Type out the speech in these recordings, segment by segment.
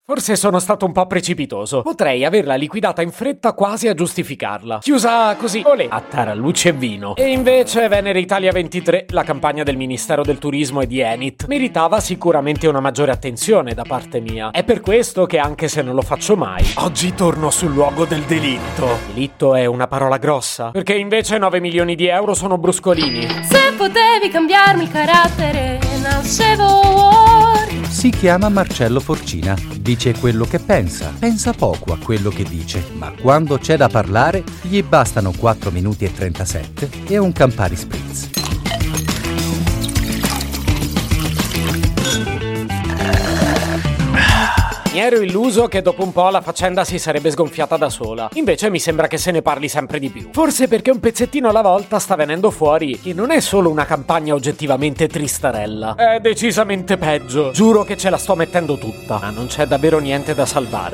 Forse sono stato un po' precipitoso. Potrei averla liquidata in fretta quasi a giustificarla. Chiusa così, olè, a tarallucce e vino. E invece Venere Italia 23, la campagna del Ministero del Turismo e di Enit, meritava sicuramente una maggiore attenzione da parte mia. È per questo che, anche se non lo faccio mai, oggi torno sul luogo del delitto. Delitto è una parola grossa, perché invece 9 milioni di euro sono bruscolini. Se potevi cambiarmi il carattere, nascevo Ward. Si chiama Marcello Forcina, dice quello che pensa poco a quello che dice, ma quando c'è da parlare gli bastano 4 minuti e 37 e un Campari Spritz. Mi ero illuso che dopo un po' la faccenda si sarebbe sgonfiata da sola. Invece mi sembra che se ne parli sempre di più. Forse perché un pezzettino alla volta sta venendo fuori che non è solo una campagna oggettivamente tristarella. È decisamente peggio. Giuro che ce la sto mettendo tutta, ma non c'è davvero niente da salvare.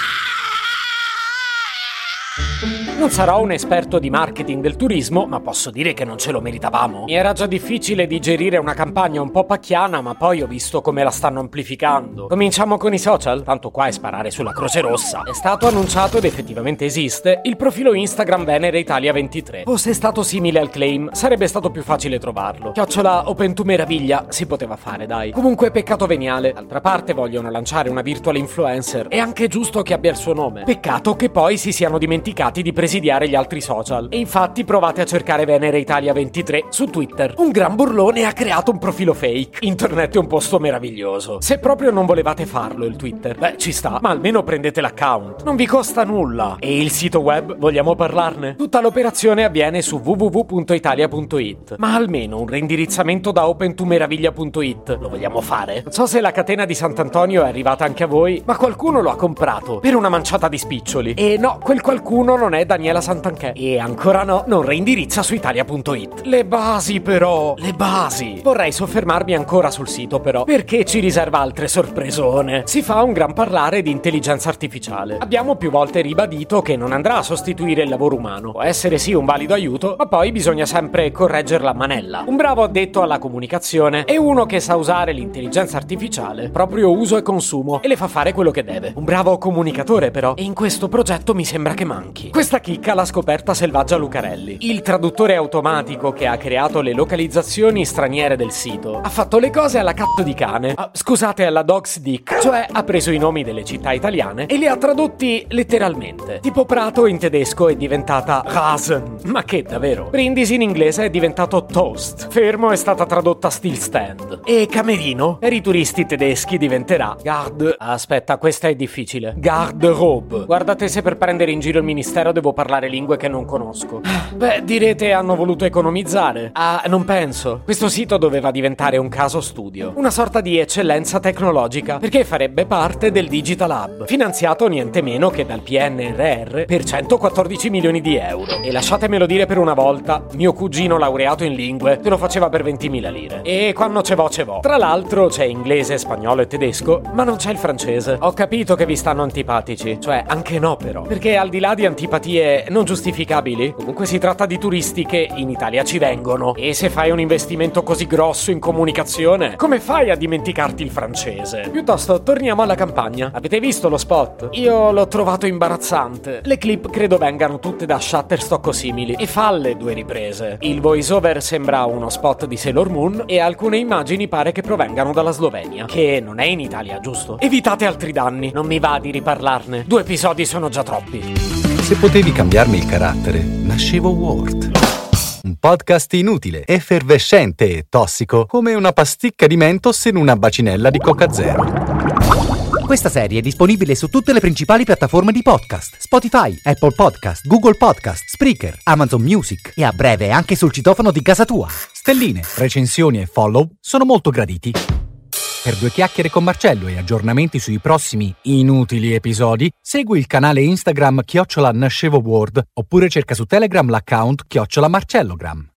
Non sarò un esperto di marketing del turismo, ma posso dire che non ce lo meritavamo. Mi era già difficile digerire una campagna un po' pacchiana, ma poi ho visto come la stanno amplificando. Cominciamo con i social? Tanto qua è sparare sulla Croce Rossa. È stato annunciato, ed effettivamente esiste, il profilo Instagram Venere Italia 23. Fosse stato simile al claim, sarebbe stato più facile trovarlo. @OpenToMeraviglia si poteva fare, dai. Comunque peccato veniale. D'altra parte vogliono lanciare una virtual influencer. È anche giusto che abbia il suo nome. Peccato che poi si siano dimenticati di presidiare gli altri social. E infatti provate a cercare Venere Italia 23 su Twitter. Un gran burlone ha creato un profilo fake. Internet è un posto meraviglioso. Se proprio non volevate farlo il Twitter, beh, ci sta, ma almeno prendete l'account. Non vi costa nulla. E il sito web? Vogliamo parlarne? Tutta l'operazione avviene su www.italia.it. Ma almeno un reindirizzamento da opentomeraviglia.it lo vogliamo fare? Non so se la catena di Sant'Antonio è arrivata anche a voi, ma qualcuno lo ha comprato per una manciata di spiccioli. E no, quel qualcuno non è Daniela Santanchè. E ancora no, non reindirizza su italia.it. Le basi però, le basi. Vorrei soffermarmi ancora sul sito però, perché ci riserva altre sorpresone. Si fa un gran parlare di intelligenza artificiale. Abbiamo più volte ribadito che non andrà a sostituire il lavoro umano. Può essere sì un valido aiuto, ma poi bisogna sempre correggerla a manella. Un bravo addetto alla comunicazione è uno che sa usare l'intelligenza artificiale, proprio uso e consumo, e le fa fare quello che deve. Un bravo comunicatore però, e in questo progetto mi sembra che manchi. Questa chicca l'ha scoperta Selvaggia Lucarelli, il traduttore automatico che ha creato le localizzazioni straniere del sito. Ha fatto le cose alla cazzo di cane, scusate, alla dog's dick, cioè ha preso i nomi delle città italiane e li ha tradotti letteralmente. Tipo Prato in tedesco è diventata Rasen, ma che davvero? Brindisi in inglese è diventato Toast, Fermo è stata tradotta Still Stand e Camerino per i turisti tedeschi diventerà aspetta, questa è difficile, Garderobe. Guardate, se per prendere in giro il ministero devo parlare lingue che non conosco. Beh, direte hanno voluto economizzare. Non penso. Questo sito doveva diventare un caso studio, una sorta di eccellenza tecnologica, perché farebbe parte del Digital Hub, finanziato niente meno che dal PNRR per 114 milioni di euro. E lasciatemelo dire per una volta, mio cugino laureato in lingue te lo faceva per 20.000 lire. E quando ce vo. Tra l'altro c'è inglese, spagnolo e tedesco, ma non c'è il francese. Ho capito che vi stanno antipatici, cioè anche no però, perché al di là di antipatie non giustificabili, comunque si tratta di turisti che in Italia ci vengono, e se fai un investimento così grosso in comunicazione, come fai a dimenticarti il francese? Piuttosto torniamo alla campagna. Avete visto lo spot? Io l'ho trovato imbarazzante. Le clip credo vengano tutte da Shutterstock o simili, e falle 2 riprese. Il voiceover sembra uno spot di Sailor Moon e alcune immagini pare che provengano dalla Slovenia, che non è in Italia, giusto? Evitate altri danni, non mi va di riparlarne. 2 episodi sono già troppi. Se potevi cambiarmi il carattere, nascevo Ward. Un podcast inutile, effervescente e tossico, come una pasticca di Mentos in una bacinella di Coca Zero. Questa serie è disponibile su tutte le principali piattaforme di podcast: Spotify, Apple Podcast, Google Podcast, Spreaker, Amazon Music e a breve anche sul citofono di casa tua. Stelline, recensioni e follow sono molto graditi. Per 2 chiacchiere con Marcello e aggiornamenti sui prossimi inutili episodi, segui il canale Instagram @NascevoWord oppure cerca su Telegram l'account @Marcellogram.